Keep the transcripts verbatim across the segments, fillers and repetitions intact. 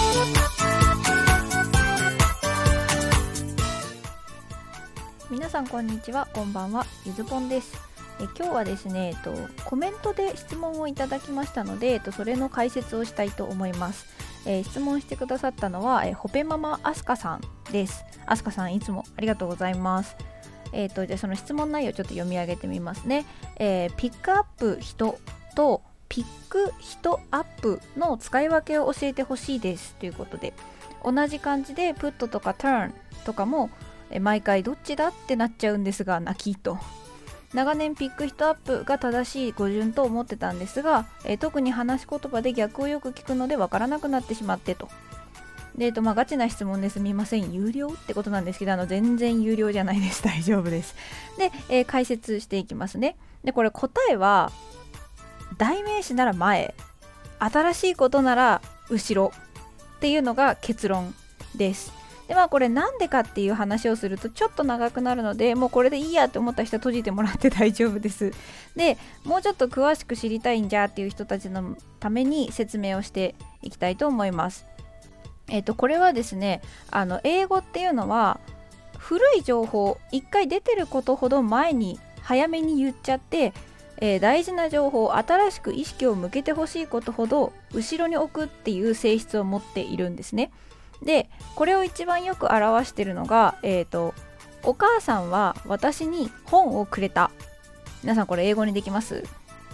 皆さんこんにちは、こんばんは、ゆずぽんです。え今日はですね、えっと、コメントで質問をいただきましたので、えっと、それの解説をしたいと思います。えー、質問してくださったのは、えほぺママあすかさんです。あすかさん、いつもありがとうございます。えーと、じゃあその質問内容をちょっと読み上げてみますね。えー、ピックアップ人とピック人アップの使い分けを教えてほしいですということで、同じ感じでプットとかターンとかも毎回どっちだってなっちゃうんですが、泣きと。長年ピックヒトアップが正しい語順と思ってたんですが、えー、特に話し言葉で逆をよく聞くのでわからなくなってしまってと。で、えーとまあ、ガチな質問ですみません。有料ってことなんですけど、あの全然有料じゃないです。大丈夫です。で、えー、解説していきますね。で、これ答えは代名詞なら前、新しいことなら後ろっていうのが結論です。でまあこれなんでかっていう話をするとちょっと長くなるので、もうこれでいいやと思った人は閉じてもらって大丈夫です。でもうちょっと詳しく知りたいんじゃっていう人たちのために説明をしていきたいと思います。えっとこれはですね、あの英語っていうのは古い情報、一回出てることほど前に早めに言っちゃって、えー、大事な情報、新しく意識を向けてほしいことほど後ろに置くっていう性質を持っているんですね。でこれを一番よく表しているのが、えーと、お母さんは私に本をくれた。皆さんこれ英語にできます？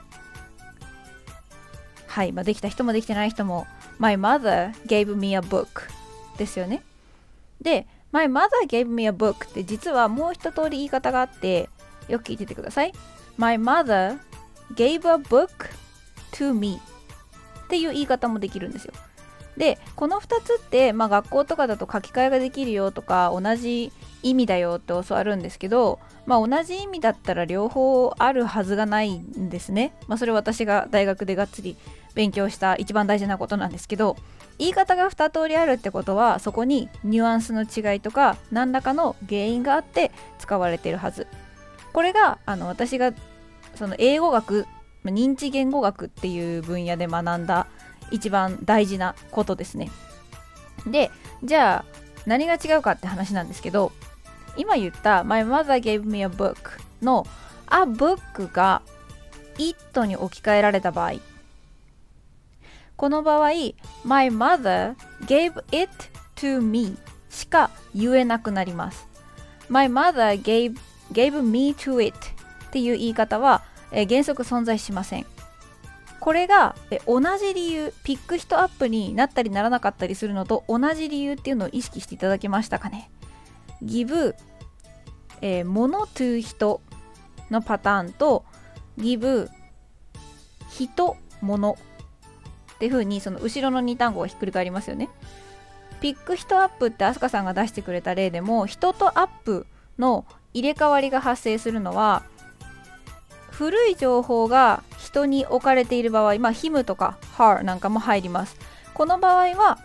はい、まあ、できた人もできてない人も My mother gave me a book ですよね。で My mother gave me a book って実はもう一通り言い方があって、よく聞いててください。 My mother gave a book to me っていう言い方もできるんですよ。でこのふたつって、まあ、学校とかだと書き換えができるよとか同じ意味だよって教わるんですけど、まあ、同じ意味だったら両方あるはずがないんですね。まあ、それ私が大学でがっつり勉強した一番大事なことなんですけど、言い方がふた通りあるってことはそこにニュアンスの違いとか何らかの原因があって使われているはず。これがあの私がその英語学、認知言語学っていう分野で学んだ一番大事なことですね。で、じゃあ何が違うかって話なんですけど、今言った My mother gave me a book の a book が it に置き換えられた場合、この場合 My mother gave it to me しか言えなくなります。 My mother gave, gave me to it っていう言い方は、えー、原則存在しません。これがえ同じ理由、ピックヒトアップになったりならなかったりするのと同じ理由っていうのを意識していただけましたかね。give、えー、物 to 人のパターンと give 人物っていう風にその後ろのに単語がひっくり返りますよね。ピックヒトアップって飛鳥さんが出してくれた例でも、人とアップの入れ替わりが発生するのは古い情報が人に置かれている場合、まあ him とか her なんかも入ります。この場合は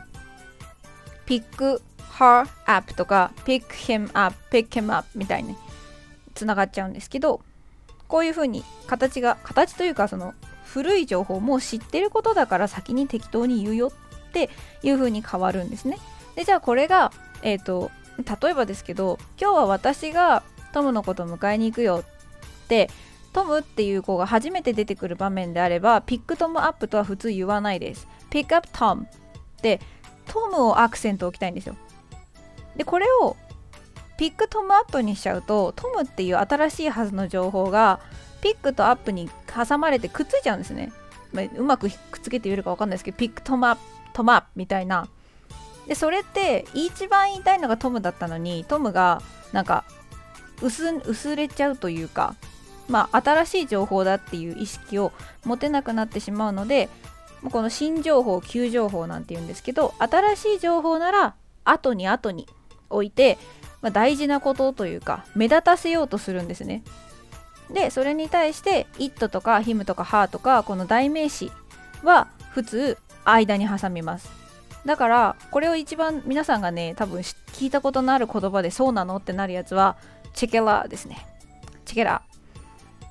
pick her up とか pick him up pick him up みたいにつながっちゃうんですけど、こういう風に形が形というか、その古い情報も知ってることだから先に適当に言うよっていう風に変わるんですね。でじゃあこれがえっと例えばですけど、今日は私がトムのこと迎えに行くよってトムっていう子が初めて出てくる場面であれば、ピックトムアップとは普通言わないです。ピックアップトムでトムをアクセント置きたいんですよ。でこれをピックトムアップにしちゃうと、トムっていう新しいはずの情報がピックとアップに挟まれてくっついちゃうんですね。まあ、うまくくっつけて言えるか分かんないですけど、ピックトムアップトムアップみたいな。でそれって一番言いたいのがトムだったのに、トムがなんか 薄, 薄れちゃうというか、まあ、新しい情報だっていう意識を持てなくなってしまうので、この新情報、旧情報なんて言うんですけど、新しい情報なら後に後に置いて、まあ、大事なことというか目立たせようとするんですね。でそれに対して it とか him とか her とかこの代名詞は普通間に挟みます。だからこれを一番皆さんがね多分聞いたことのある言葉でそうなのってなるやつはチェケラですね。チェケラ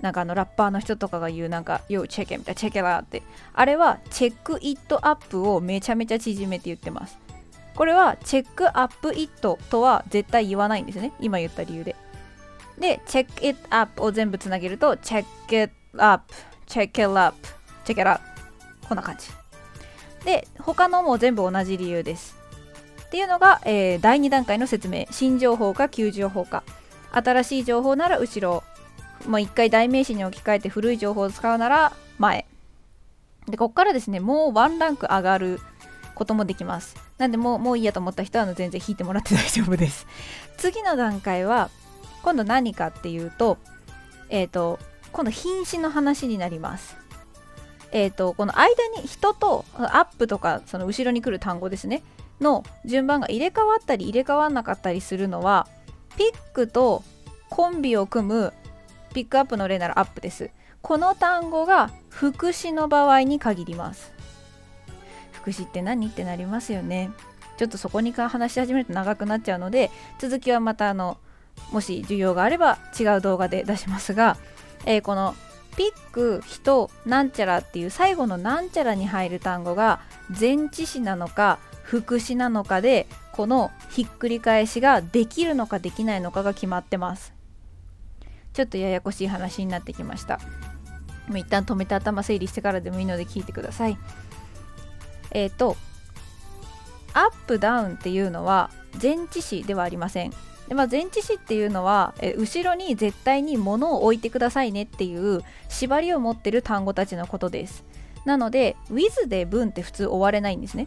なんかあのラッパーの人とかが言うなんか Yo check it みたいな check it out って、あれはチェックイットアップをめちゃめちゃ縮めて言ってます。これはチェックアップイットとは絶対言わないんですね、今言った理由で。で、チェックイットアップを全部つなげるとチェックイットアップ、チェックイットアップ、チェックイットアップ、こんな感じで、他のも全部同じ理由ですっていうのが、えー、だいに段階の説明。新情報か旧情報か、新しい情報なら後ろ、もう一回代名詞に置き換えて古い情報を使うなら前で、ここからですねもうワンランク上がることもできます。なんでもうもういいやと思った人はあの全然引いてもらって大丈夫です。次の段階は今度何かっていうと、えっ、ー、と今度品詞の話になります。えっ、ー、とこの間に人とアップとかその後ろに来る単語ですねの順番が入れ替わったり入れ替わんなかったりするのは、ピックとコンビを組む、ピックアップの例ならアップです。この単語が副詞の場合に限ります。副詞って何ってなりますよね。ちょっとそこに話し始めると長くなっちゃうので、続きはまたあのもし需要があれば違う動画で出しますが、えー、このピック、人、なんちゃらっていう最後のなんちゃらに入る単語が前置詞なのか副詞なのかで、このひっくり返しができるのかできないのかが決まってます。ちょっとややこしい話になってきました。もう一旦止めて頭整理してからでもいいので聞いてください。えっとアップダウンっていうのは前置詞ではありません。で、まあ、前置詞っていうのはえ後ろに絶対に物を置いてくださいねっていう縛りを持ってる単語たちのことです。なので with で文って普通終われないんですね。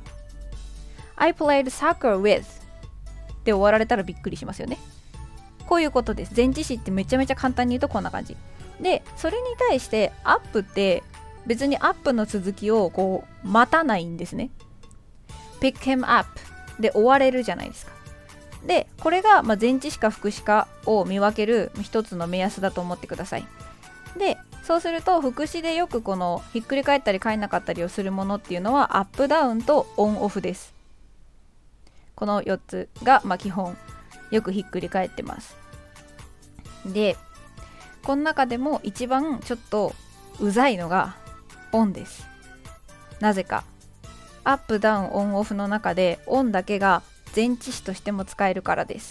I played soccer with で終わられたらびっくりしますよね。こういうことです。前置詞ってめちゃめちゃ簡単に言うとこんな感じで、それに対してアップって別にアップの続きをこう待たないんですね。 pick him up で終われるじゃないですか。でこれがまあ前置詞か副詞かを見分ける一つの目安だと思ってください。でそうすると副詞でよくこのひっくり返ったり返んなかったりをするものっていうのはアップダウンとオンオフです。このよっつがまあ基本よくひっくり返ってます。でこの中でも一番ちょっとうざいのがオンです。なぜかアップダウンオンオフの中でオンだけが前置詞としても使えるからです。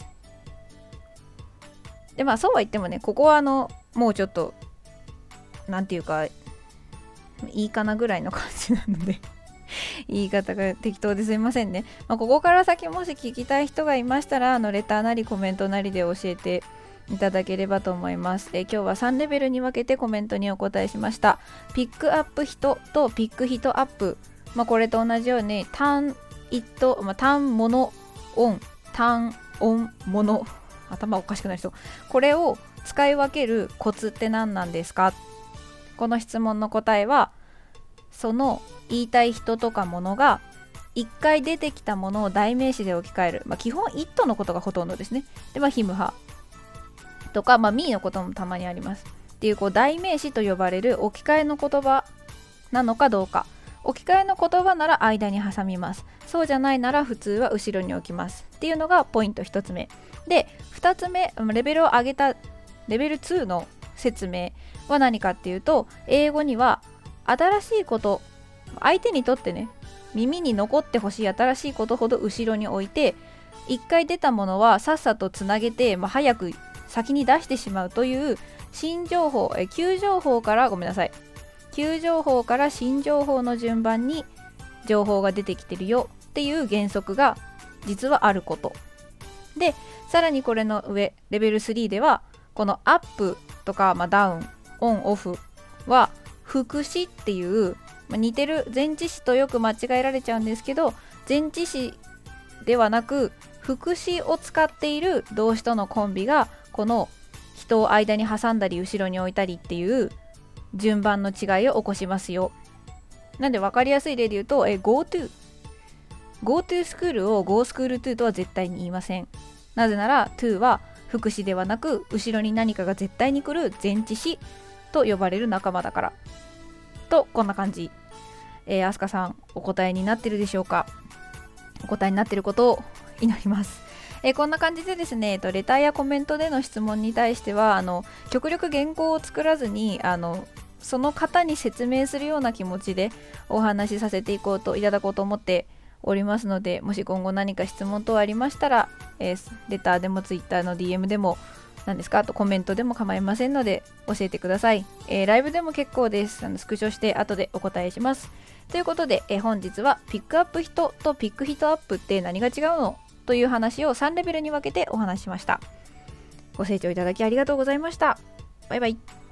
でまあそうは言ってもね、ここはあのもうちょっとなんていうかいいかなぐらいの感じなので言い方が適当ですいませんね。まあ、ここから先もし聞きたい人がいましたらあのレターなりコメントなりで教えていただければと思います。え今日はさんレベルに分けてコメントにお答えしました。ピックアップ人とピック人アップ、まあ、これと同じようにターンイット、まあ、ターンモノオン、ターンオンモノ、頭おかしくなる人、これを使い分けるコツって何なんですか。この質問の答えはその言いたい人とかものがいっかい出てきたものを代名詞で置き換える、まあ、基本 it のことがほとんどですね。でまあ him herとか、まあ、me のこともたまにありますっていう、こう代名詞と呼ばれる置き換えの言葉なのかどうか。置き換えの言葉なら間に挟みます。そうじゃないなら普通は後ろに置きますっていうのがポイントひとつめで、ふたつめレベルを上げたレベルにの説明は何かっていうと、英語には新しいこと、相手にとってね耳に残ってほしい新しいことほど後ろに置いて、いっかい出たものはさっさとつなげて、まあ、早く先に出してしまうという新情報、え旧情報からごめんなさい旧情報から新情報の順番に情報が出てきてるよっていう原則が実はあることで、さらにこれの上レベルさんではこのアップとか、まあ、ダウンオンオフは副詞っていう、まあ、似てる前置詞とよく間違えられちゃうんですけど、前置詞ではなく副詞を使っている動詞とのコンビがこの人を間に挟んだり後ろに置いたりっていう順番の違いを起こしますよ。なんで分かりやすい例で言うとえ go to go to school を go school to とは絶対に言いません。なぜなら to は副詞ではなく後ろに何かが絶対に来る前置詞と呼ばれる仲間だからと、こんな感じ。えー、アスカさんお答えになってるでしょうか。お答えになってることを祈ります。 えーこんな感じでですね、えっとレターやコメントでの質問に対してはあの極力原稿を作らずにあのその方に説明するような気持ちでお話しさせていこうといただこうと思っておりますので、もし今後何か質問等ありましたら、えーレターでもツイッターの ディーエム でも何ですか、あとコメントでも構いませんので教えてください。えーライブでも結構です。あのスクショして後でお答えします。ということで、えー本日はピックアップ人とピックヒットアップって何が違うのという話をさんレベルに分けてお話ししました。ご清聴いただきありがとうございました。バイバイ。